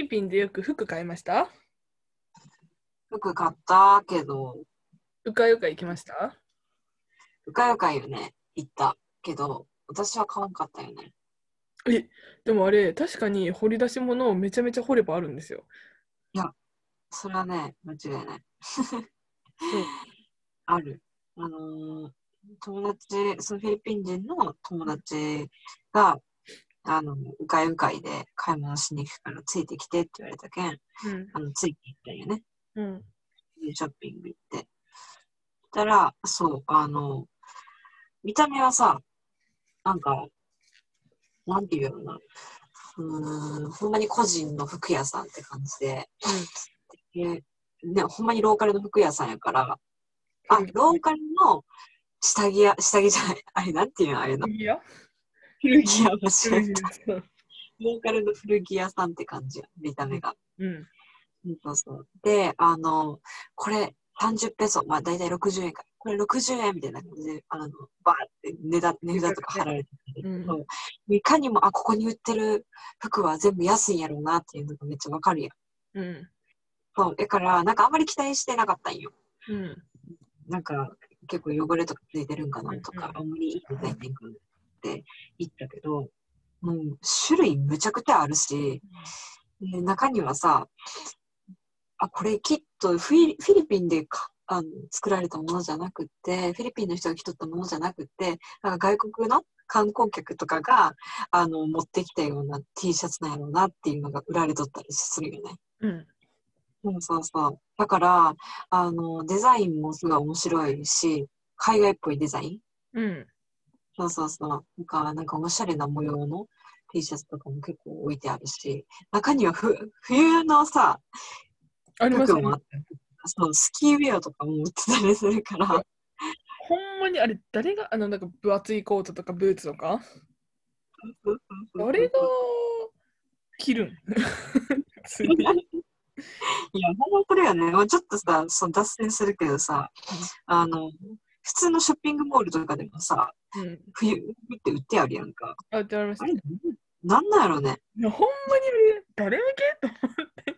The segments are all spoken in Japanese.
ピンでよく服買いました？ 服買ったけど、 うかうか行きました？ うかうかよね、行ったけど、私は買わんかったよね。 え、でもあれ、確かに掘り出し物をめちゃめちゃ掘ればあるんですよ。 いや、それはね、間違いない。 そう。 ある。友達、そのフィリピン人の友達が、うかいうかいで買い物しに行くからついてきてって言われたけん、 うん。 ついて行ったんよね。 うん。 ショッピング行って。たら、そう、見た目はさ、なんか、なんていうのかな。ほんまに個人の服屋さんって感じで、 うん。 ね、ほんまにローカルの服屋さんやから、 古着ローカルの下着じゃない、あれなんていうのあれの。 古着屋古着屋、間違古着えた。 屋さん。 ローカルの古着屋さんって感じや、見た目が。 うん。 そうそう。で、これ30ペソ、まあ大体60円か。これ60円みたいな感じで、バーって値段とか貼られてて、 うん。 そういかにも、ここに売ってる服は全部安いんやろうなっていうのがめっちゃわかるやん。 うん。 そう、だから、なんかあんまり期待してなかったんよ。 うん。 なんか、結構汚れとかついてるんかうん。 なとか、あんまりいいデザインないんかなって言ったけど、もう種類めちゃくちゃあるし、で中にはさ、これきっとフィリピンで作られたものじゃなくて、フィリピンの人が着とったものじゃなくて、なんか外国の観光客とかが、持ってきたような T シャツなんやろうなっていうのが売られとったりするよね。 うん。 そうそうそう。だから、デザインもすごい面白いし、海外っぽいデザイン。 うん。 そうそうそう。なんかおしゃれな模様の T シャツとかも結構置いてあるし、中には冬のさ、 ありますね。 服もあって、そう、スキーウェアとかも売ってたりするから、 ほんまにあれ、誰が、なんか分厚いコートとかブーツとか、 そうそう誰がそうそう。 着るん普通に。 いや、ほんまこれよね。ちょっとさ、脱線するけどさ、 うん。 あの、普通のショッピングモールとかでもさ、 うん。 冬って売ってあるやんか。 あ、ってありますね。 あれ、なんなんやろね。 いや、ほんまにね、誰向けと。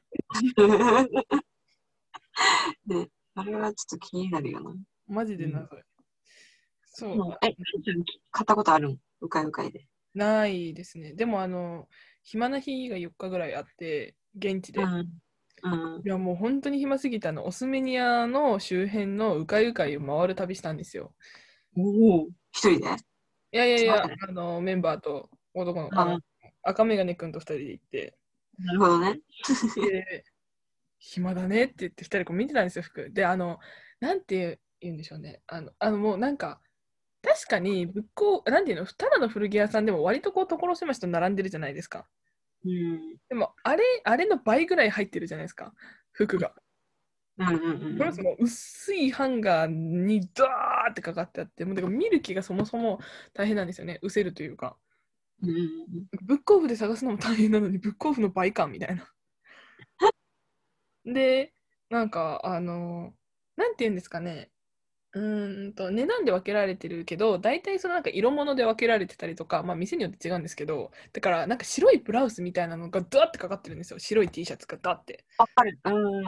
ね、あれはちょっと気になるよな。 マジうん。 で謎い。そう、 もう買ったことあるんうかいうかいで。 ないですね。でも、暇な日が4日ぐらいあって、現地で。 うん。うん。 いや、もう本当に暇すぎたオスメニアの周辺のうかいうかいを回る旅したんですよ。 おお。一人でいやいやいや、 待ってね。 メンバーと男の、 あ赤メガネ君と2人で行って、 なるほどね。 で、暇だねって言って2人こう見てたんですよ、服。で、なんて言うんでしょうね。もうなんか、確かに、なんていうの、ただの古着屋さんでも割とこう、所狭しと並んでるじゃないですか。 うん。 でも、あれの倍ぐらい入ってるじゃないですか、服が。 うんうんうんそれこそもう薄いハンガーにダーってかかってあって、もうだから見る気がそもそも大変なんですよね、失せるというか。 うん。うんブックオフで探すのも大変なのに、ブックオフの倍感みたいな。で、なんか、なんて言うんですかね、値段で分けられてるけど、大体そのなんか色物で分けられてたりとか、まあ店によって違うんですけど、だからなんか白いブラウスみたいなのがダーってかかってるんですよ。白い T シャツがダーって。 わかる。うん。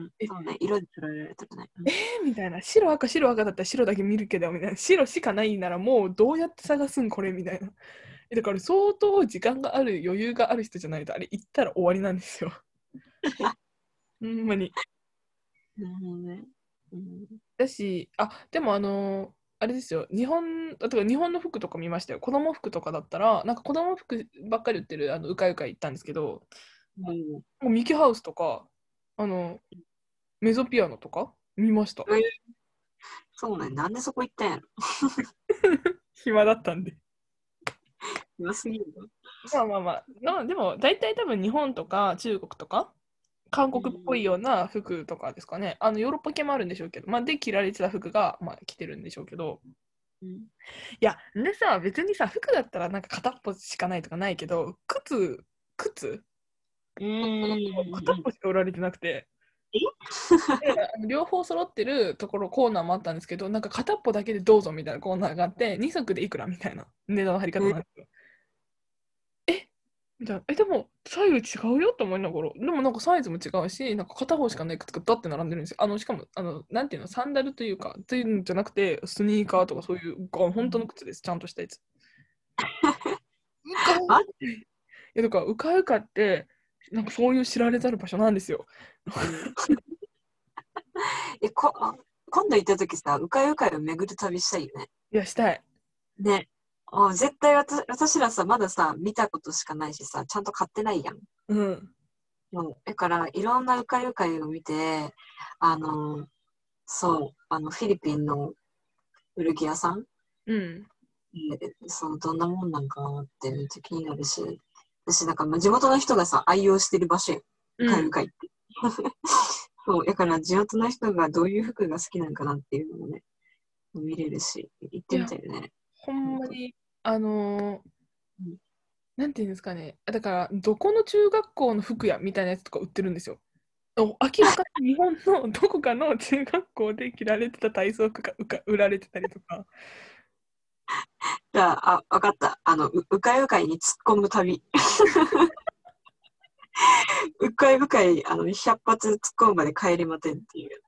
え、 そうね。色で捉えられてるね。 みたいな。白赤だったら白だけ見るけど、みたいな。白しかないならもうどうやって探すんこれみたいな。だから相当時間がある、余裕がある人じゃないと、あれ行ったら終わりなんですよ。ほんまに。 なるほどね。うん。 だし、でもあれですよ、例えば日本の服とか見ましたよ。子供服とかだったら、なんか子供服ばっかり売ってる、うかい行ったんですけど、 うん。 もうミキハウスとか、あの、メゾピアノとか見ました。 そうね。なんでそこ行ったんやろ。 暇だったんで。 良すぎるわ。 まあまあまあ、でも大体多分日本とか中国とか、韓国っぽいような服とかですかね。ヨーロッパ系もあるんでしょうけど、まあ、で着られてた服が、まあ、着てるんでしょうけど、 うん。 いや、でさ、別にさ、服だったらなんか片っぽしかないとかないけど、靴うん。 片っぽしか売られてなくて、 えで両方揃ってるところコーナーもあったんですけど、なんか片っぽだけでどうぞみたいなコーナーがあって、2足でいくらみたいな値段の張り方なんですよ。えじゃあ、でも左右違うよと思いながら、でもなんかサイズも違うし、なんか片方しかない靴がダって並んでるんですよ。しかも、なんていうの、サンダルというか、というんじゃなくて、スニーカーとかそういう、本当の靴です。ちゃんとしたやつ。うかあ、 いや、だから、うかうかって、なんかそういう知られざる場所なんですよ。 え、今度行った時さ、うかいうかいを巡る旅したいよね。 いや、したい。 ね。絶対私らさ、まださ、見たことしかないしさ、ちゃんと買ってないやん。 うん。 だから、いろんなうかゆかいを見て、あの、そう、フィリピンの古着屋さんうん。 そう、どんなもんなんかなってめっちゃ気になるし、私、なんか、まあ地元の人がさ、愛用してる場所やん。ううん。 かゆかいって。そう、だから地元の人がどういう服が好きなのかなっていうのもね、見れるし、行ってみいや、 たいよね。 ほ本当に。 んまに、 うんなんていうんですかね。だから、どこの中学校の服屋みたいなやつとか売ってるんですよ。明らかに日本のどこかの中学校で着られてた体操服が売られてたりとか。 じゃあ、わかった。うかゆかいに突っ込む旅。うかゆかい、100発突っ込むまで帰れませんっていう。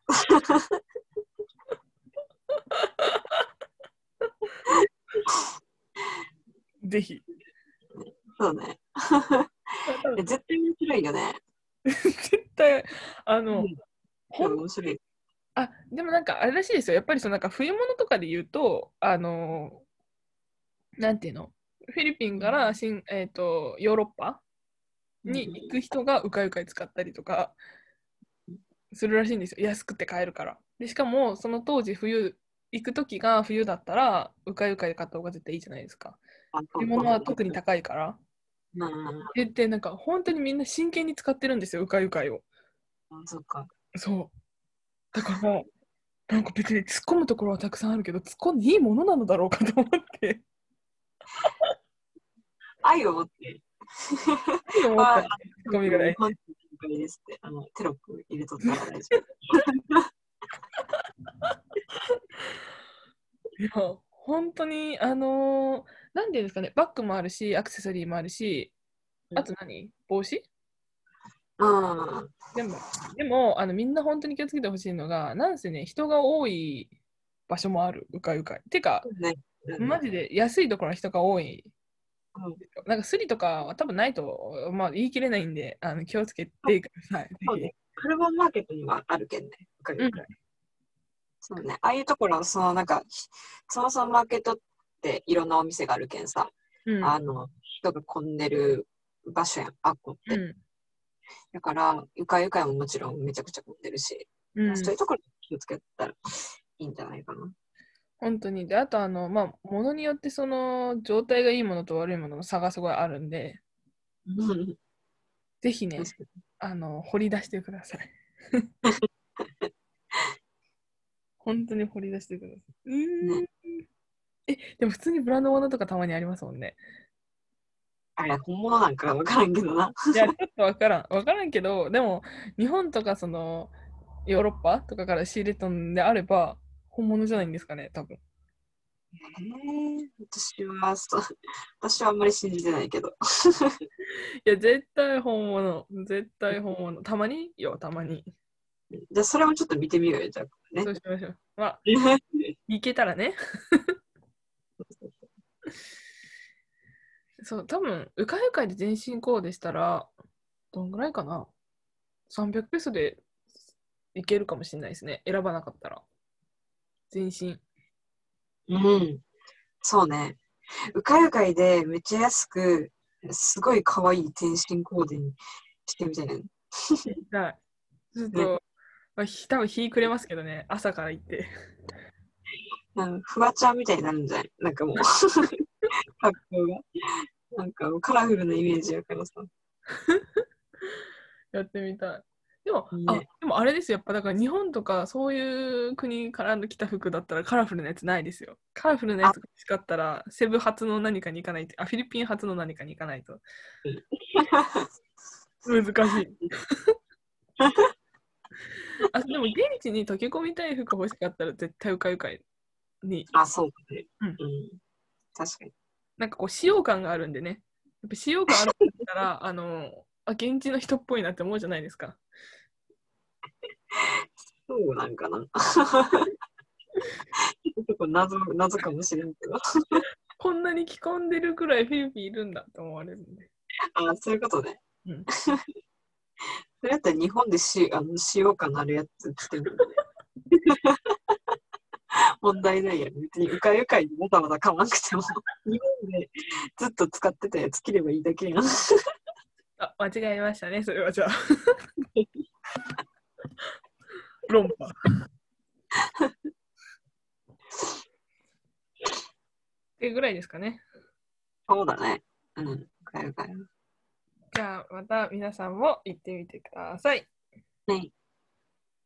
ぜひ。 そうね。 多分絶対面白いよね。 絶対、あの、 うん。 ほん、 面白い。 でもなんかあれらしいですよ。やっぱりなんか冬物とかで言うと、なんていうの、フィリピンからヨーロッパに行く人がうかうかい使ったりとかするらしいんですよ。安くて買えるから。で、しかもその当時行く時が冬だったらうかうかいで買った方が絶対いいじゃないですか。 そう冬物はそう。 特に高いから。 うん。 で、なんか本当にみんな真剣に使ってるんですよ、うかうかいを。 そっか。 そう。だから、なんか別に突っ込むところはたくさんあるけど、突っ込んでいいものなのだろうかと思って、 愛を持って、あ、 思ったら、ツッコミが大事。 日本ですって、テロップ入れとったら大丈いや、本当に、なんていうんですかね、バッグもあるし、アクセサリーもあるし、あと帽子夫。うん。 でも、みんな本当に気をつけてほしいのが、なんせね、人が多い場所もある、うかいうかい。てか、 ね。うん。 マジで安いところは人が多い。 うん。 なんかスリとかは多分ないと、まあ、言い切れないんで、気をつけてください、ぜひ。 そうね。カルボンマーケットにはあるけんね。わかるうん。 わかる。そうね。ああいうところ、なんか、そもそもマーケットっていろんなお店があるけんさ、 うん。 人が混んでる場所やん、あっこって。 うん。 だから、ゆかゆかいももちろんめちゃくちゃ混んでるし、 うん。 そういうところに気をつけたらいいんじゃないかな。 本当に。で、あと、まあ、ものによってその状態がいいものと悪いものの差がすごいあるんで、 うん。 ぜひね、 確かに。 掘り出してください。本当に掘り出してください。 ね。 でも普通にブランド物とかたまにありますもんね。 あれ、本物なんかわからんけどな。 いや、ちょっとわからん。わからんけど、でも、日本とかヨーロッパとかから仕入れたんであれば、本物じゃないんですかね、多分。 私はあんまり信じてないけど。 いや、絶対本物。絶対本物。たまによ、たまに。 じゃあ、それもちょっと見てみようよ、じゃあね。 そうしましょう。まあ、いけたらね。そう、多分、うかいで全身コーデしたら、どんぐらいかな？ 300 ペソでいけるかもしれないですね。選ばなかったら。全身。 うん。そうね。うかゆかいでめっちゃ安く、すごい可愛い天津コーデにしてみたいな。 はい。ちょっね。 と、まあ、多分日暮れますけどね、朝から行って。 フワちゃんみたいになるんじゃないなんかもう、格好が。なんかもうカラフルなイメージやからさ。 やってみたい。でも、 ね。 でもあれですよ。やっぱだから日本とかそういう国からの来た服だったらカラフルなやつないですよ。カラフルなやあ、 つが欲しかったら、セブ初の何かに行かないと、フィリピン初の何かに行かないと難しい。でも現地に溶け込みたい服欲しかったら絶対うかうかいに。 あ、そうだね。 うん。 うん。確かに。 なんかこう使用感があるんでね。やっぱ使用感あるたら、現地の人っぽいなって思うじゃないですか。 そうなんかな。結構謎かもしれんけど。 こんなに着込んでるくらいフィリピンいるんだって思われるんで。 あ、そういうことね。 うん。 それやったら日本で使用感のあるやつ着ても問題ないやん。別にうかゆかいにわざわざ買わなくても、日本でずっと使ってたやつ着ればいいだけやん。 あ、間違えましたね、それはじゃあ。論破。っていうぐらいですかね。 そうだね。うん。うかゆかい。 じゃあ、また皆さんも行ってみてください。 ね。